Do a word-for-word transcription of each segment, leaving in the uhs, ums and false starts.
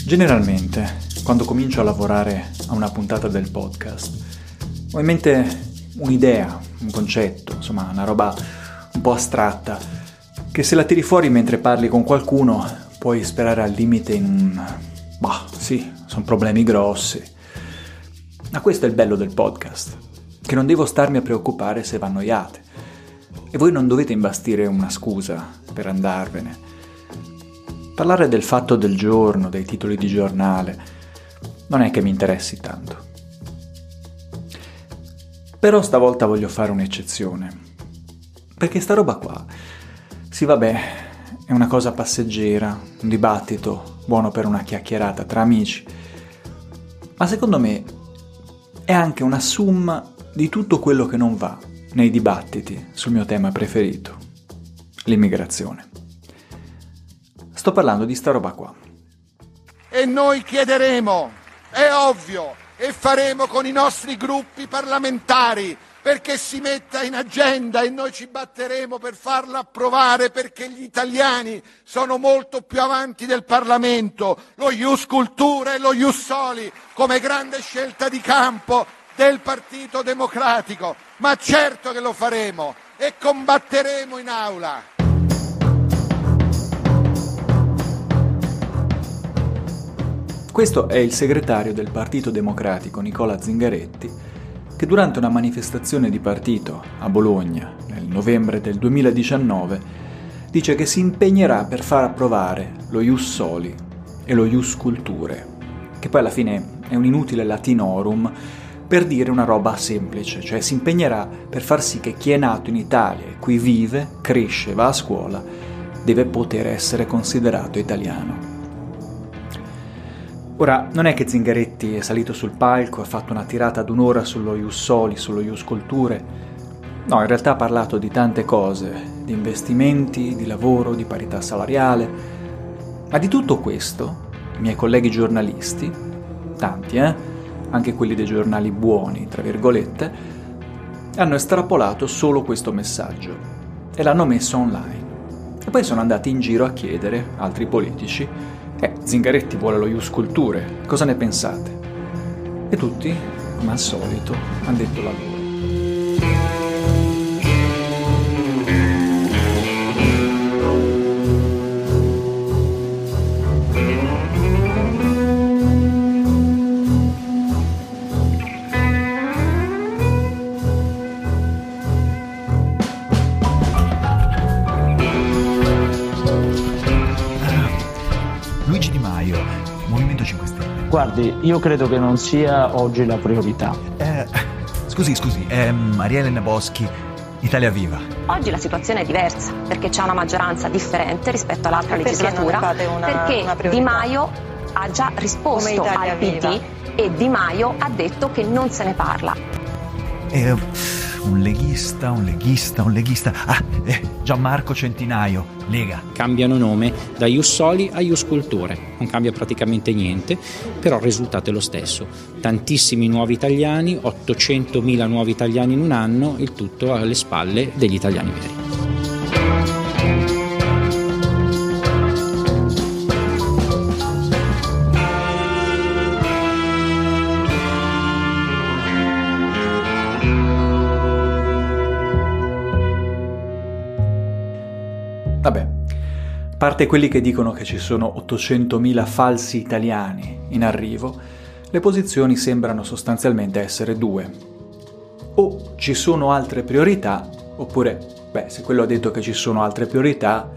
Generalmente, quando comincio a lavorare a una puntata del podcast, ho in mente un'idea, un concetto, insomma una roba un po' astratta, che se la tiri fuori mentre parli con qualcuno puoi sperare al limite in un... bah, sì, sono problemi grossi. Ma questo è il bello del podcast, che non devo starmi a preoccupare se vi annoiate. E voi non dovete imbastire una scusa per andarvene. Parlare del fatto del giorno, dei titoli di giornale, non è che mi interessi tanto. Però stavolta voglio fare un'eccezione. Perché sta roba qua, sì vabbè, è una cosa passeggera, un dibattito buono per una chiacchierata tra amici, ma secondo me è anche una summa di tutto quello che non va nei dibattiti sul mio tema preferito, l'immigrazione. Sto parlando di sta roba qua. E noi chiederemo, è ovvio, e faremo con i nostri gruppi parlamentari perché si metta in agenda e noi ci batteremo per farla approvare perché gli italiani sono molto più avanti del Parlamento, lo Ius Cultura e lo Ius Soli come grande scelta di campo del Partito Democratico, ma certo che lo faremo e combatteremo in aula. Questo è il segretario del Partito Democratico Nicola Zingaretti, che durante una manifestazione di partito a Bologna nel novembre del duemiladiciannove dice che si impegnerà per far approvare lo Ius Soli e lo Ius Culturae, che poi alla fine è un inutile latinorum per dire una roba semplice, cioè si impegnerà per far sì che chi è nato in Italia e qui vive, cresce, va a scuola, deve poter essere considerato italiano. Ora, non è che Zingaretti è salito sul palco e ha fatto una tirata d'un'ora sullo Ius Soli, sullo Ius Culturae. No, in realtà ha parlato di tante cose, di investimenti, di lavoro, di parità salariale. Ma di tutto questo, i miei colleghi giornalisti, tanti, eh, anche quelli dei giornali buoni, tra virgolette, hanno estrapolato solo questo messaggio e l'hanno messo online. E poi sono andati in giro a chiedere, altri politici, Eh, Zingaretti vuole lo Ius Culturae, cosa ne pensate? E tutti, come al solito, hanno detto la loro. Guardi, io credo che non sia oggi la priorità. Eh, scusi, scusi, è Maria Elena Boschi, Italia Viva. Oggi la situazione è diversa, perché c'è una maggioranza differente rispetto all'altra perché legislatura, una, perché una Di Maio ha già risposto al P Viva. D e Di Maio ha detto che non se ne parla. Eh, un leghista, un leghista, un leghista. Ah, eh, Gianmarco Centinaio, Lega. Cambiano nome da Ius Soli a Ius Culturae, non cambia praticamente niente, però il risultato è lo stesso. Tantissimi nuovi italiani, ottocentomila nuovi italiani in un anno, il tutto alle spalle degli italiani veri. Vabbè, a parte quelli che dicono che ci sono ottocentomila falsi italiani in arrivo, le posizioni sembrano sostanzialmente essere due. O ci sono altre priorità, oppure, beh, se quello ha detto che ci sono altre priorità...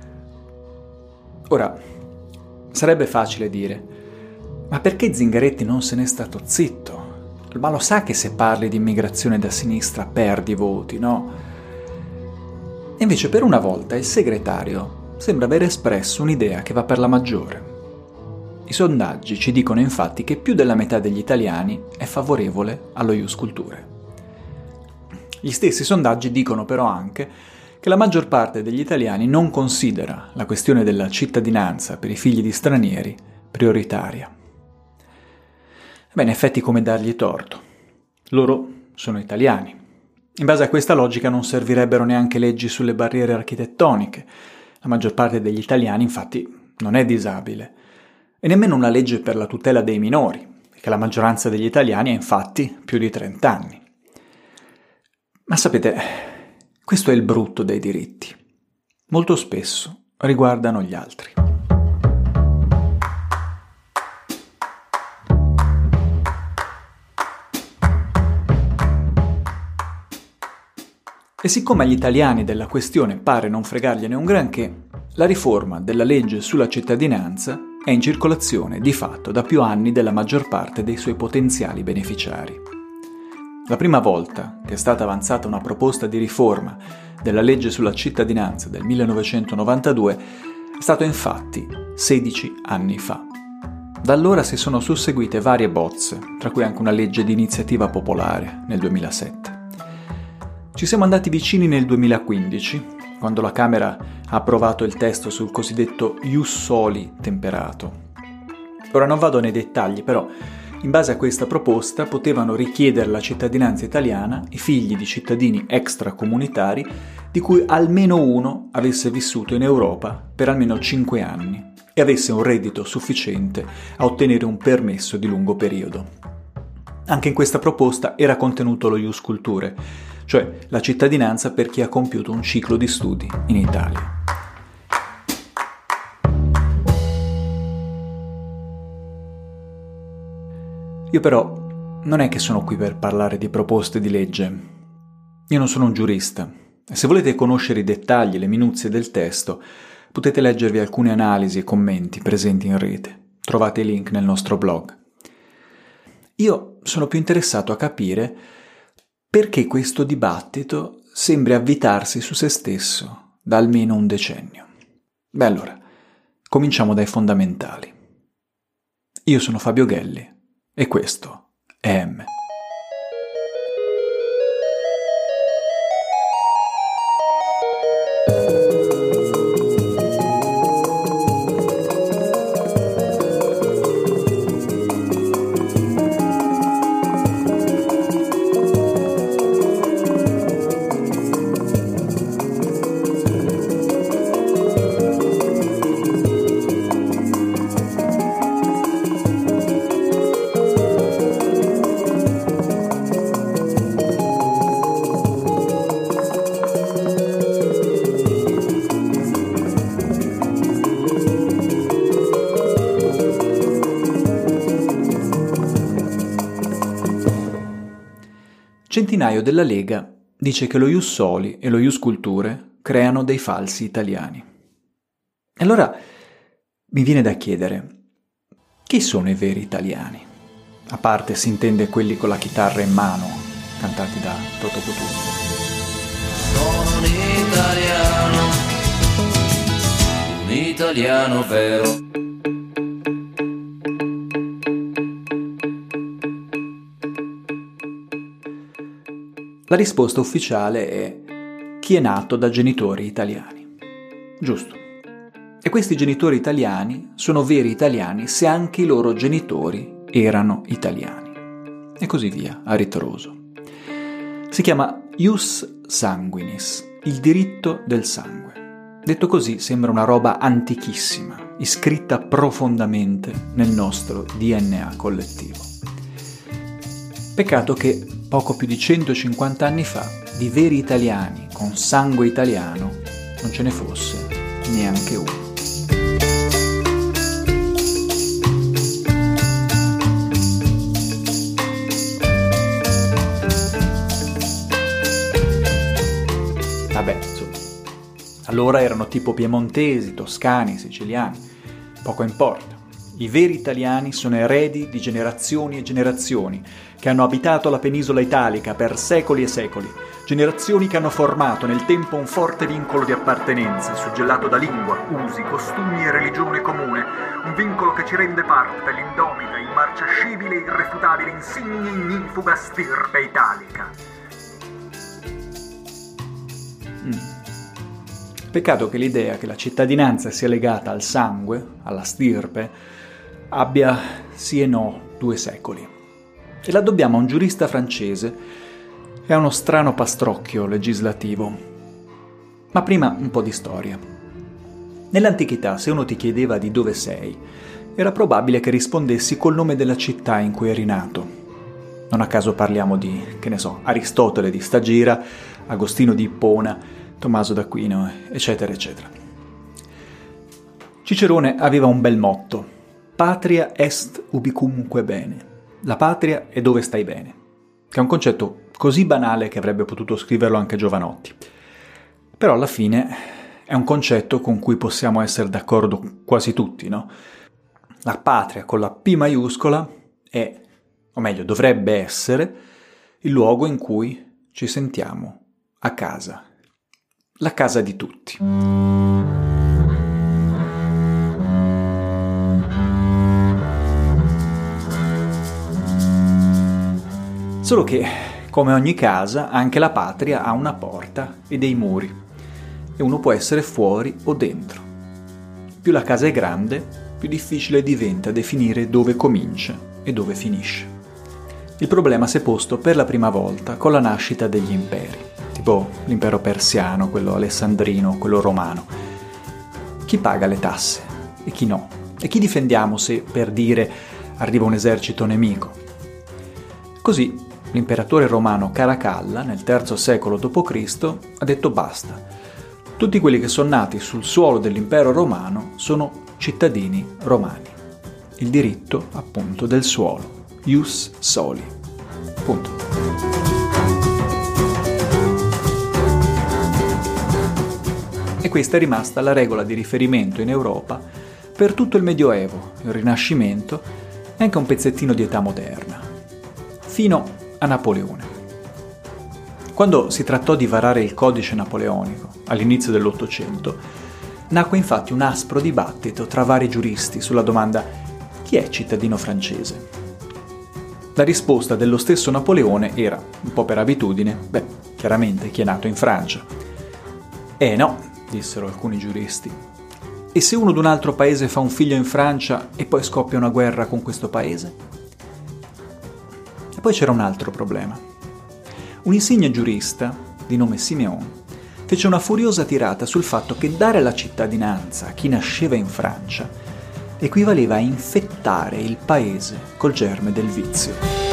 Ora, sarebbe facile dire, ma perché Zingaretti non se n'è stato zitto? Ma lo sa che se parli di immigrazione da sinistra perdi voti, no? E invece per una volta il segretario sembra aver espresso un'idea che va per la maggiore. I sondaggi ci dicono infatti che più della metà degli italiani è favorevole allo Ius Culturae. Gli stessi sondaggi dicono però anche che la maggior parte degli italiani non considera la questione della cittadinanza per i figli di stranieri prioritaria. Beh, in effetti come dargli torto? Loro sono italiani. In base a questa logica non servirebbero neanche leggi sulle barriere architettoniche. La maggior parte degli italiani, infatti, non è disabile. e nemmeno una legge per la tutela dei minori, che la maggioranza degli italiani ha infatti più di trenta anni. Ma sapete, questo è il brutto dei diritti. Molto spesso riguardano gli altri. E siccome agli italiani della questione pare non fregargliene un granché, la riforma della legge sulla cittadinanza è in circolazione di fatto da più anni della maggior parte dei suoi potenziali beneficiari. La prima volta che è stata avanzata una proposta di riforma della legge sulla cittadinanza del millenovecentonovantadue è stato infatti sedici anni fa. Da allora si sono susseguite varie bozze, tra cui anche una legge di iniziativa popolare nel duemilasette. Ci siamo andati vicini nel duemilaquindici, quando la Camera ha approvato il testo sul cosiddetto ius soli temperato. Ora non vado nei dettagli, però in base a questa proposta potevano richiedere la cittadinanza italiana i figli di cittadini extracomunitari di cui almeno uno avesse vissuto in Europa per almeno cinque anni e avesse un reddito sufficiente a ottenere un permesso di lungo periodo. Anche in questa proposta era contenuto lo ius culturae, cioè la cittadinanza per chi ha compiuto un ciclo di studi in Italia. Io però non è che sono qui per parlare di proposte di legge. Io non sono un giurista e se volete conoscere i dettagli e le minuzie del testo potete leggervi alcune analisi e commenti presenti in rete. Trovate i link nel nostro blog. Io sono più interessato a capire perché questo dibattito sembri avvitarsi su se stesso da almeno un decennio. Beh allora, cominciamo dai fondamentali. Io sono Fabio Ghelli e questo è M. Centinaio della Lega dice che lo ius soli e lo ius culturae creano dei falsi italiani. E allora mi viene da chiedere, chi sono i veri italiani? A parte si intende quelli con la chitarra in mano, cantati da Toto Cutugno. Sono un italiano, un italiano vero. La risposta ufficiale è chi è nato da genitori italiani. Giusto. E questi genitori italiani sono veri italiani se anche i loro genitori erano italiani. E così via, a ritroso. Si chiama ius sanguinis, il diritto del sangue. Detto così sembra una roba antichissima, iscritta profondamente nel nostro D N A collettivo. Peccato che poco più di centocinquanta anni fa di veri italiani con sangue italiano non ce ne fosse neanche uno. Vabbè, insomma, allora erano tipo piemontesi, toscani, siciliani, poco importa. I veri italiani sono eredi di generazioni e generazioni che hanno abitato la penisola italica per secoli e secoli, generazioni che hanno formato nel tempo un forte vincolo di appartenenza, suggellato da lingua, usi, costumi e religione comune, un vincolo che ci rende parte dell'indomita, immarciascibile e irrefutabile insignia ignifuga stirpe italica. Mm. Peccato che l'idea che la cittadinanza sia legata al sangue, alla stirpe, abbia sì e no due secoli. E la dobbiamo a un giurista francese e a uno strano pastrocchio legislativo. Ma prima un po' di storia. Nell'antichità, se uno ti chiedeva di dove sei, era probabile che rispondessi col nome della città in cui eri nato. Non a caso parliamo di, che ne so, Aristotele di Stagira, Agostino di Ippona, Tommaso d'Aquino, eccetera, eccetera. Cicerone aveva un bel motto: patria est ubicumque bene. La patria è dove stai bene, che è un concetto così banale che avrebbe potuto scriverlo anche Giovanotti. Però alla fine è un concetto con cui possiamo essere d'accordo quasi tutti, no? La patria con la P maiuscola è, o meglio dovrebbe essere, il luogo in cui ci sentiamo a casa, la casa di tutti. Solo che, come ogni casa, anche la patria ha una porta e dei muri, e uno può essere fuori o dentro. Più la casa è grande, più difficile diventa definire dove comincia e dove finisce. Il problema si è posto per la prima volta con la nascita degli imperi, tipo l'impero persiano, quello alessandrino, quello romano. Chi paga le tasse e chi no? E chi difendiamo se, per dire, arriva un esercito nemico? Così l'imperatore romano Caracalla, nel terzo secolo dopo Cristo, ha detto basta. Tutti quelli che sono nati sul suolo dell'impero romano sono cittadini romani. Il diritto, appunto, del suolo. Ius soli. Punto. E questa è rimasta la regola di riferimento in Europa per tutto il Medioevo, il Rinascimento e anche un pezzettino di età moderna. Fino a Napoleone. Quando si trattò di varare il codice napoleonico, all'inizio dell'Ottocento, nacque infatti un aspro dibattito tra vari giuristi sulla domanda: chi è cittadino francese? La risposta dello stesso Napoleone era, un po' per abitudine, beh, chiaramente chi è nato in Francia. Eh no, dissero alcuni giuristi. E se uno d'un altro paese fa un figlio in Francia e poi scoppia una guerra con questo paese? E poi c'era un altro problema. Un insigne giurista, di nome Siméon, fece una furiosa tirata sul fatto che dare la cittadinanza a chi nasceva in Francia equivaleva a infettare il paese col germe del vizio.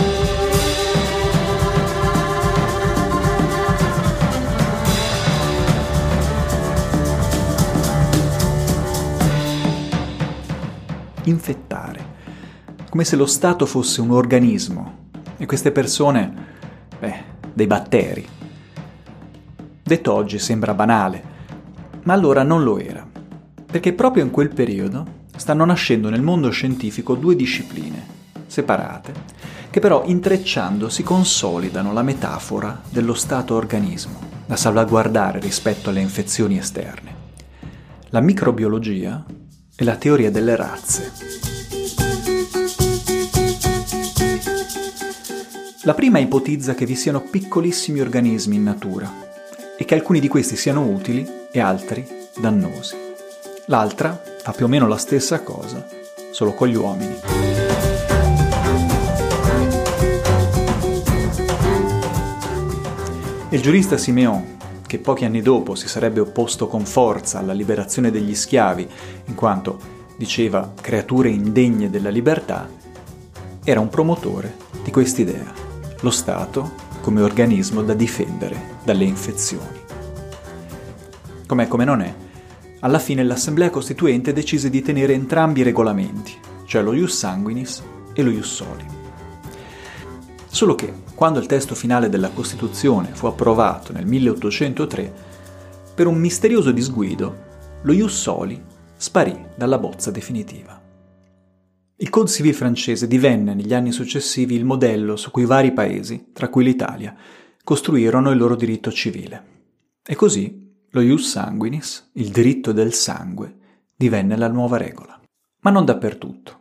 Infettare, come se lo Stato fosse un organismo e queste persone, beh, dei batteri. Detto oggi sembra banale, ma allora non lo era, perché proprio in quel periodo stanno nascendo nel mondo scientifico due discipline, separate, che però intrecciando si consolidano la metafora dello Stato-organismo, da salvaguardare rispetto alle infezioni esterne: la microbiologia e la teoria delle razze. La prima ipotizza che vi siano piccolissimi organismi in natura e che alcuni di questi siano utili e altri dannosi. L'altra fa più o meno la stessa cosa, solo con gli uomini. Il giurista Siméon, che pochi anni dopo si sarebbe opposto con forza alla liberazione degli schiavi, in quanto, diceva, creature indegne della libertà, era un promotore di quest'idea: lo Stato come organismo da difendere dalle infezioni. Com'è come non è, alla fine l'Assemblea Costituente decise di tenere entrambi i regolamenti, cioè lo ius sanguinis e lo ius soli. Solo che, quando il testo finale della Costituzione fu approvato nel milleottocentotre, per un misterioso disguido, lo ius soli sparì dalla bozza definitiva. Il Code civil francese divenne negli anni successivi il modello su cui vari paesi, tra cui l'Italia, costruirono il loro diritto civile. E così lo ius sanguinis, il diritto del sangue, divenne la nuova regola. Ma non dappertutto.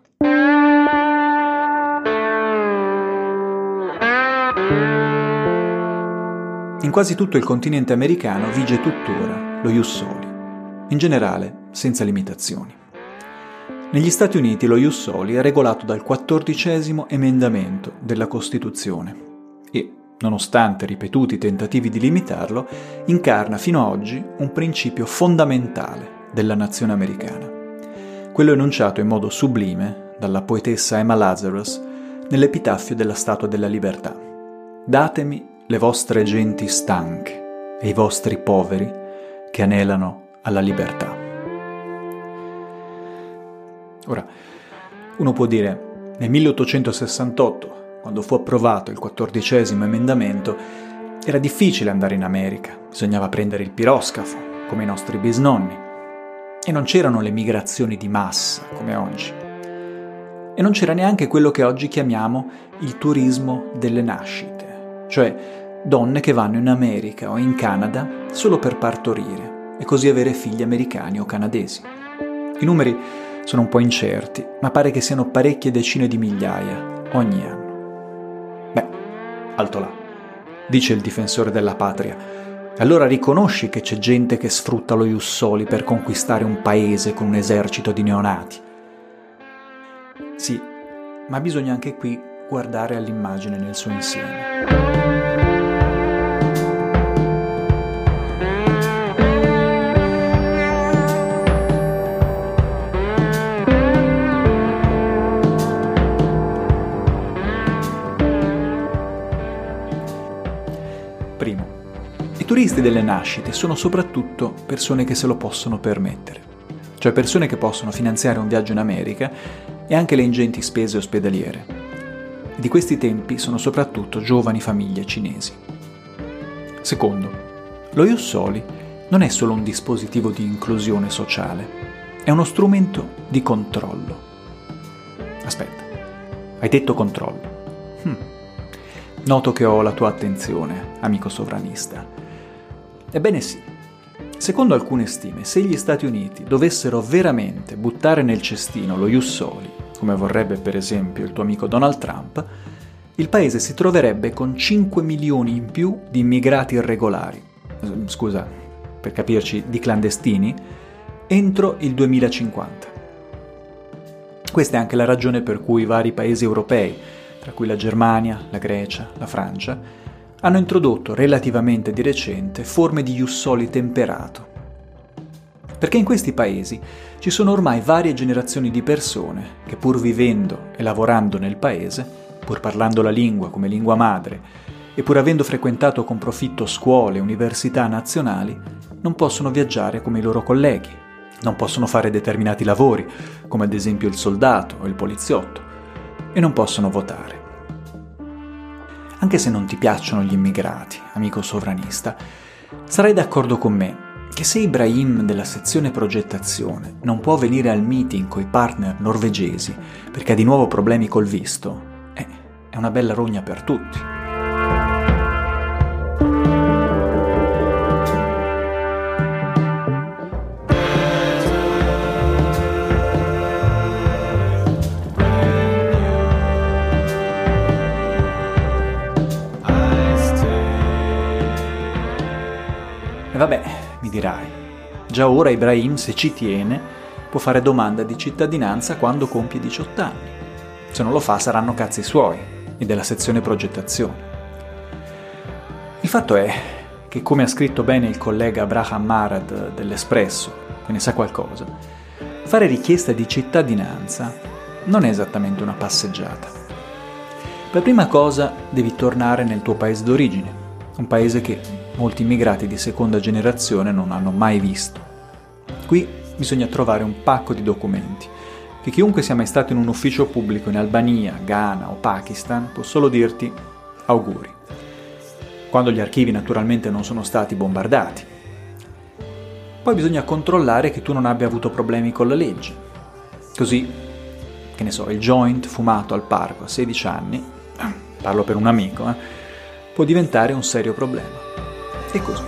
In quasi tutto il continente americano vige tuttora lo ius soli, in generale senza limitazioni. Negli Stati Uniti lo ius soli è regolato dal quattordicesimo emendamento della Costituzione e, nonostante ripetuti tentativi di limitarlo, incarna fino ad oggi un principio fondamentale della nazione americana. quello enunciato in modo sublime dalla poetessa Emma Lazarus nell'epitaffio della Statua della Libertà. Datemi le vostre genti stanche e i vostri poveri che anelano alla libertà. Ora, uno può dire, nel milleottocentosessantotto, quando fu approvato il quattordicesimo emendamento, era difficile andare in America, bisognava prendere il piroscafo, come i nostri bisnonni, e non c'erano le migrazioni di massa, come oggi. E non c'era neanche quello che oggi chiamiamo il turismo delle nascite, cioè donne che vanno in America o in Canada solo per partorire e così avere figli americani o canadesi. I numeri sono un po' incerti, ma pare che siano parecchie decine di migliaia ogni anno. Beh, alto là, dice il difensore della patria. Allora riconosci che c'è gente che sfrutta lo ius soli per conquistare un paese con un esercito di neonati. Sì, ma bisogna anche qui guardare all'immagine nel suo insieme. Primo, i turisti delle nascite sono soprattutto persone che se lo possono permettere, cioè persone che possono finanziare un viaggio in America e anche le ingenti spese ospedaliere. Di questi tempi sono soprattutto giovani famiglie cinesi. Secondo, lo ius soli non è solo un dispositivo di inclusione sociale, è uno strumento di controllo. Aspetta, hai detto controllo. Hm. Noto che ho la tua attenzione, amico sovranista. Ebbene sì, secondo alcune stime, se gli Stati Uniti dovessero veramente buttare nel cestino lo ius soli, come vorrebbe per esempio il tuo amico Donald Trump, il paese si troverebbe con cinque milioni in più di immigrati irregolari, scusa, per capirci, di clandestini, entro il duemilacinquanta. Questa è anche la ragione per cui vari paesi europei, tra cui la Germania, la Grecia, la Francia, hanno introdotto relativamente di recente forme di ius soli temperato. Perché in questi paesi ci sono ormai varie generazioni di persone che, pur vivendo e lavorando nel paese, pur parlando la lingua come lingua madre e pur avendo frequentato con profitto scuole e università nazionali, non possono viaggiare come i loro colleghi, non possono fare determinati lavori, come ad esempio il soldato o il poliziotto, e non possono votare. Anche se non ti piacciono gli immigrati, amico sovranista, sarai d'accordo con me che se Ibrahim della sezione progettazione non può venire al meeting coi partner norvegesi perché ha di nuovo problemi col visto, eh, è una bella rogna per tutti. E vabbè, mi dirai, già ora Ibrahim, se ci tiene, può fare domanda di cittadinanza quando compie diciotto anni. Se non lo fa saranno cazzi suoi e della sezione progettazione. Il fatto è che, come ha scritto bene il collega Abraham Marad dell'Espresso, che ne sa qualcosa, fare richiesta di cittadinanza non è esattamente una passeggiata. Per prima cosa devi tornare nel tuo paese d'origine, un paese che molti immigrati di seconda generazione non hanno mai visto. Qui bisogna trovare un pacco di documenti che chiunque sia mai stato in un ufficio pubblico in Albania, Ghana o Pakistan può solo dirti auguri, quando gli archivi naturalmente non sono stati bombardati. Poi bisogna controllare che tu non abbia avuto problemi con la legge. Così, che ne so, il joint fumato al parco a sedici anni, parlo per un amico, eh, può diventare un serio problema. E così.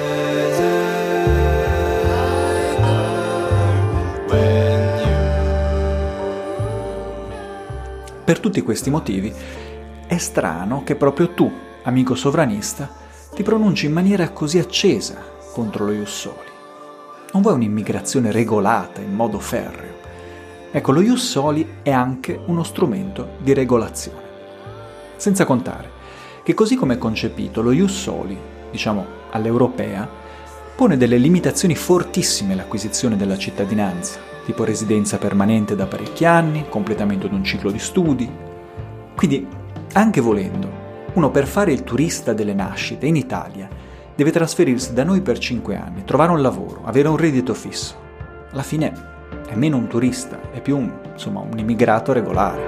Per tutti questi motivi è strano che proprio tu, amico sovranista, ti pronunci in maniera così accesa contro lo ius soli. Non vuoi un'immigrazione regolata in modo ferreo. Ecco, lo ius soli è anche uno strumento di regolazione. Senza contare che così come è concepito, lo ius soli, diciamo all'europea, pone delle limitazioni fortissime all'acquisizione della cittadinanza. tipo residenza permanente da parecchi anni, completamento di un ciclo di studi. Quindi, anche volendo, uno per fare il turista delle nascite in Italia deve trasferirsi da noi per cinque anni, trovare un lavoro, avere un reddito fisso. Alla fine è meno un turista, è più un, insomma, un immigrato regolare.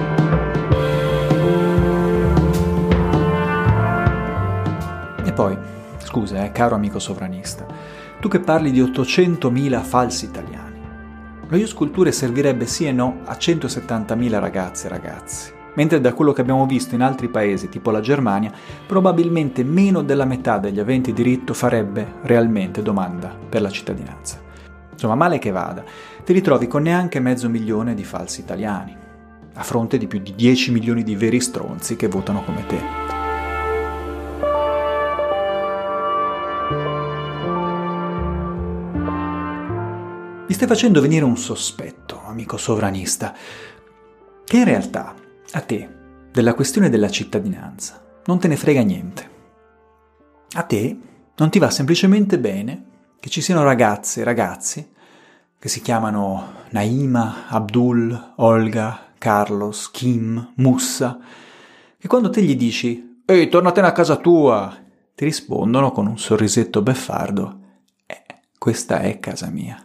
E poi, scusa, eh, caro amico sovranista, tu che parli di ottocentomila falsi italiani, lo Ius Culturae servirebbe sì e no a centosettantamila ragazze e ragazzi, mentre da quello che abbiamo visto in altri paesi, tipo la Germania, probabilmente meno della metà degli aventi diritto farebbe realmente domanda per la cittadinanza. Insomma, male che vada, ti ritrovi con neanche mezzo milione di falsi italiani, a fronte di più di dieci milioni di veri stronzi che votano come te. Mi stai facendo venire un sospetto, amico sovranista, che in realtà a te, della questione della cittadinanza, non te ne frega niente. A te non ti va semplicemente bene che ci siano ragazze e ragazzi che si chiamano Naima, Abdul, Olga, Carlos, Kim, Mussa, che quando te gli dici «Ehi, tornatene a casa tua!» ti rispondono con un sorrisetto beffardo «Eh, questa è casa mia».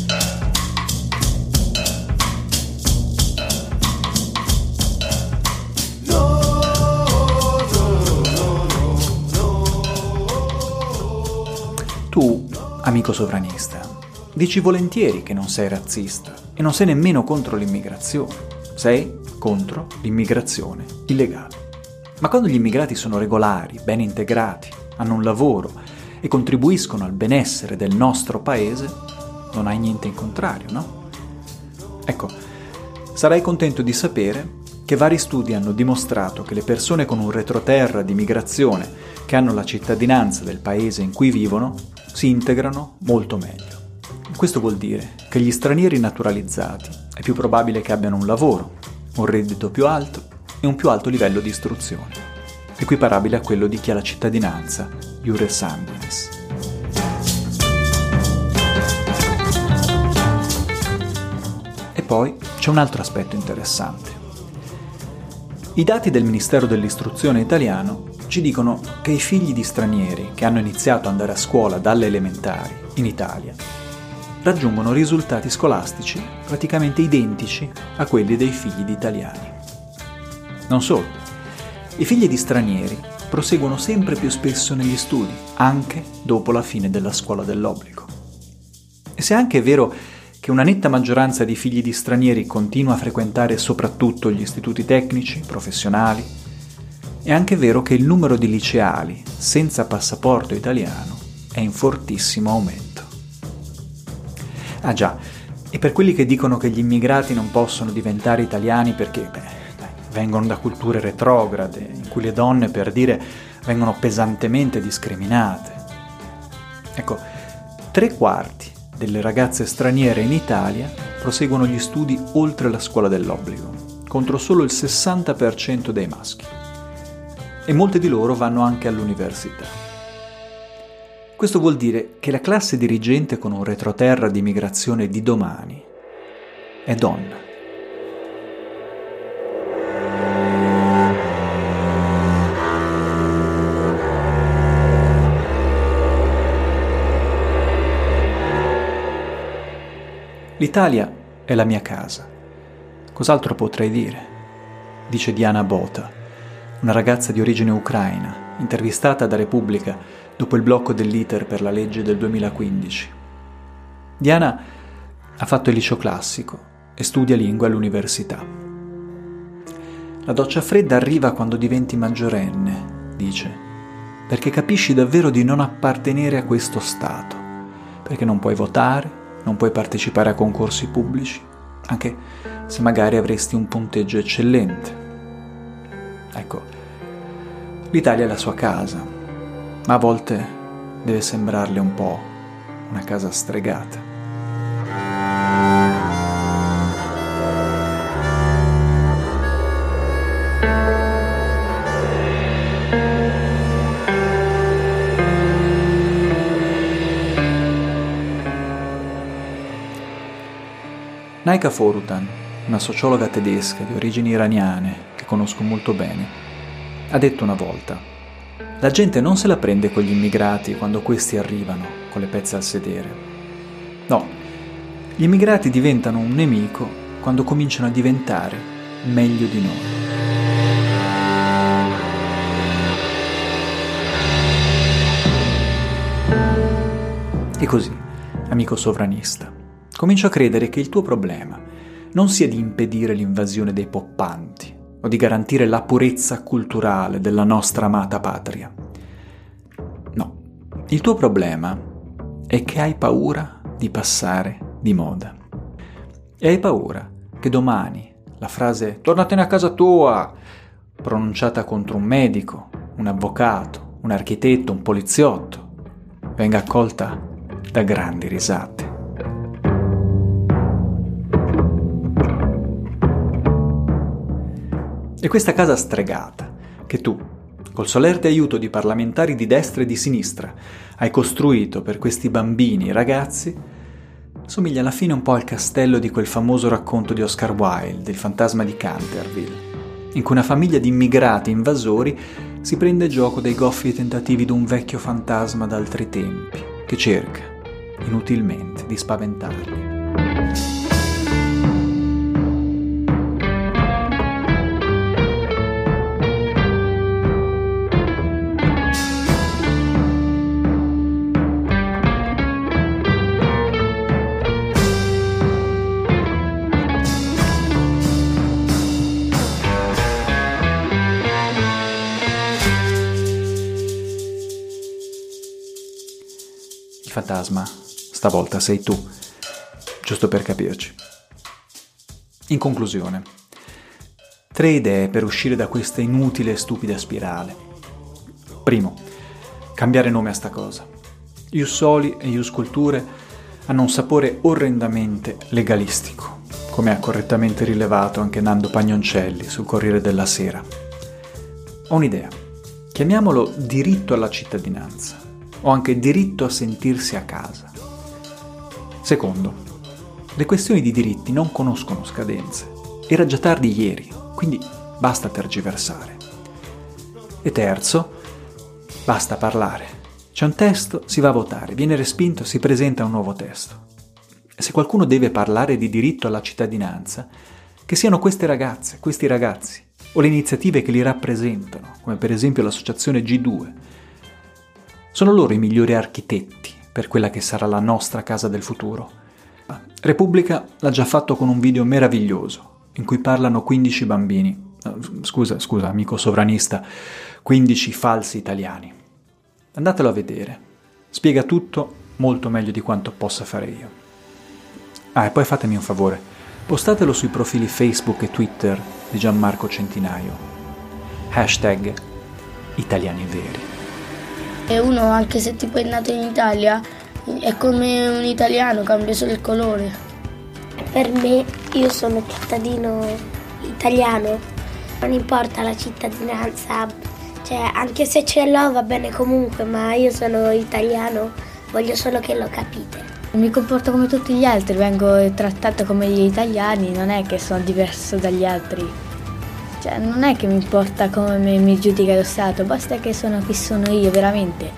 Tu, amico sovranista, dici volentieri che non sei razzista e non sei nemmeno contro l'immigrazione. Sei contro l'immigrazione illegale. Ma quando gli immigrati sono regolari, ben integrati, hanno un lavoro e contribuiscono al benessere del nostro paese, non hai niente in contrario, no? Ecco, sarai contento di sapere che vari studi hanno dimostrato che le persone con un retroterra di migrazione che hanno la cittadinanza del paese in cui vivono si integrano molto meglio. Questo vuol dire che gli stranieri naturalizzati è più probabile che abbiano un lavoro, un reddito più alto e un più alto livello di istruzione, equiparabile a quello di chi ha la cittadinanza iure sanguinis. E poi c'è un altro aspetto interessante. I dati del Ministero dell'Istruzione italiano ci dicono che i figli di stranieri che hanno iniziato ad andare a scuola dalle elementari in Italia raggiungono risultati scolastici praticamente identici a quelli dei figli di italiani. Non solo, i figli di stranieri proseguono sempre più spesso negli studi, anche dopo la fine della scuola dell'obbligo. E se anche è vero che una netta maggioranza di figli di stranieri continua a frequentare soprattutto gli istituti tecnici, professionali, è anche vero che il numero di liceali senza passaporto italiano è in fortissimo aumento. Ah già, e per quelli che dicono che gli immigrati non possono diventare italiani perché, beh, dai, vengono da culture retrograde, in cui le donne, per dire, vengono pesantemente discriminate. Ecco, tre quarti delle ragazze straniere in Italia proseguono gli studi oltre la scuola dell'obbligo, contro solo il sessanta per cento dei maschi. E molte di loro vanno anche all'università. Questo vuol dire che la classe dirigente con un retroterra di migrazione di domani è donna. L'Italia è la mia casa. Cos'altro potrei dire? Dice Diana Bota, una ragazza di origine ucraina, intervistata da Repubblica dopo il blocco dell'iter per la legge del duemilaquindici. Diana ha fatto il liceo classico e studia lingue all'università. La doccia fredda arriva quando diventi maggiorenne, dice, perché capisci davvero di non appartenere a questo Stato, perché non puoi votare, non puoi partecipare a concorsi pubblici, anche se magari avresti un punteggio eccellente. Ecco, l'Italia è la sua casa, ma a volte deve sembrarle un po' una casa stregata. Naika Forutan, una sociologa tedesca di origini iraniane che conosco molto bene, ha detto una volta: la gente non se la prende con gli immigrati quando questi arrivano con le pezze al sedere. No, gli immigrati diventano un nemico quando cominciano a diventare meglio di noi. E così, amico sovranista, comincio a credere che il tuo problema non sia di impedire l'invasione dei poppanti o di garantire la purezza culturale della nostra amata patria. No, il tuo problema è che hai paura di passare di moda. E hai paura che domani la frase «tornatene a casa tua», pronunciata contro un medico, un avvocato, un architetto, un poliziotto, venga accolta da grandi risate. E questa casa stregata, che tu, col solerte aiuto di parlamentari di destra e di sinistra, hai costruito per questi bambini e ragazzi, somiglia alla fine un po' al castello di quel famoso racconto di Oscar Wilde, Il fantasma di Canterville, in cui una famiglia di immigrati invasori si prende gioco dei goffi tentativi d'un vecchio fantasma d'altri tempi, che cerca, inutilmente, di spaventarli. Il fantasma, stavolta sei tu, giusto per capirci. In conclusione, tre idee per uscire da questa inutile e stupida spirale. Primo, cambiare nome a sta cosa. Ius Soli e Ius Culture hanno un sapore orrendamente legalistico, come ha correttamente rilevato anche Nando Pagnoncelli sul Corriere della Sera. Ho un'idea. Chiamiamolo diritto alla cittadinanza. O anche diritto a sentirsi a casa. Secondo, le questioni di diritti non conoscono scadenze. Era già tardi ieri, quindi basta tergiversare. E terzo, basta parlare. C'è un testo, si va a votare, viene respinto, si presenta un nuovo testo. E se qualcuno deve parlare di diritto alla cittadinanza, che siano queste ragazze, questi ragazzi, o le iniziative che li rappresentano, come per esempio l'associazione G due. Sono loro i migliori architetti per quella che sarà la nostra casa del futuro. Repubblica l'ha già fatto con un video meraviglioso, in cui parlano quindici bambini, scusa, scusa, amico sovranista, quindici falsi italiani. Andatelo a vedere, spiega tutto molto meglio di quanto possa fare io. Ah, e poi fatemi un favore, postatelo sui profili Facebook e Twitter di Gianmarco Centinaio. Hashtag Italiani Veri. E uno, anche se tipo è nato in Italia, è come un italiano, cambia solo il colore. Per me, io sono cittadino italiano, non importa la cittadinanza, cioè anche se ce l'ho va bene comunque, ma io sono italiano, voglio solo che lo capite. Mi comporto come tutti gli altri, vengo trattato come gli italiani, non è che sono diverso dagli altri. Cioè, non è che mi importa come mi, mi giudica lo Stato, basta che sono chi sono io, veramente.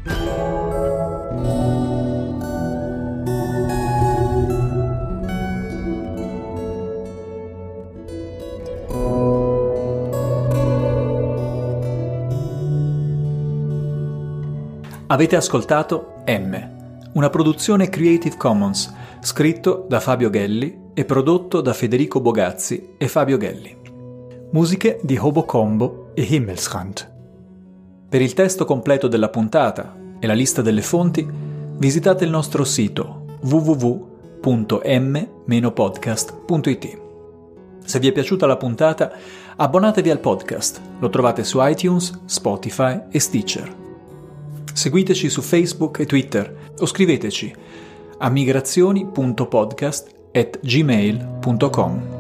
Avete ascoltato M, una produzione Creative Commons, scritto da Fabio Ghelli e prodotto da Federico Bogazzi e Fabio Ghelli. Musiche di Hobo Combo e Himmelsrand. Per il testo completo della puntata e la lista delle fonti, visitate il nostro sito w w w punto m dash podcast punto i t. Se vi è piaciuta la puntata, abbonatevi al podcast. Lo trovate su iTunes, Spotify e Stitcher. Seguiteci su Facebook e Twitter o scriveteci a migrazioni punto podcast at gmail punto com.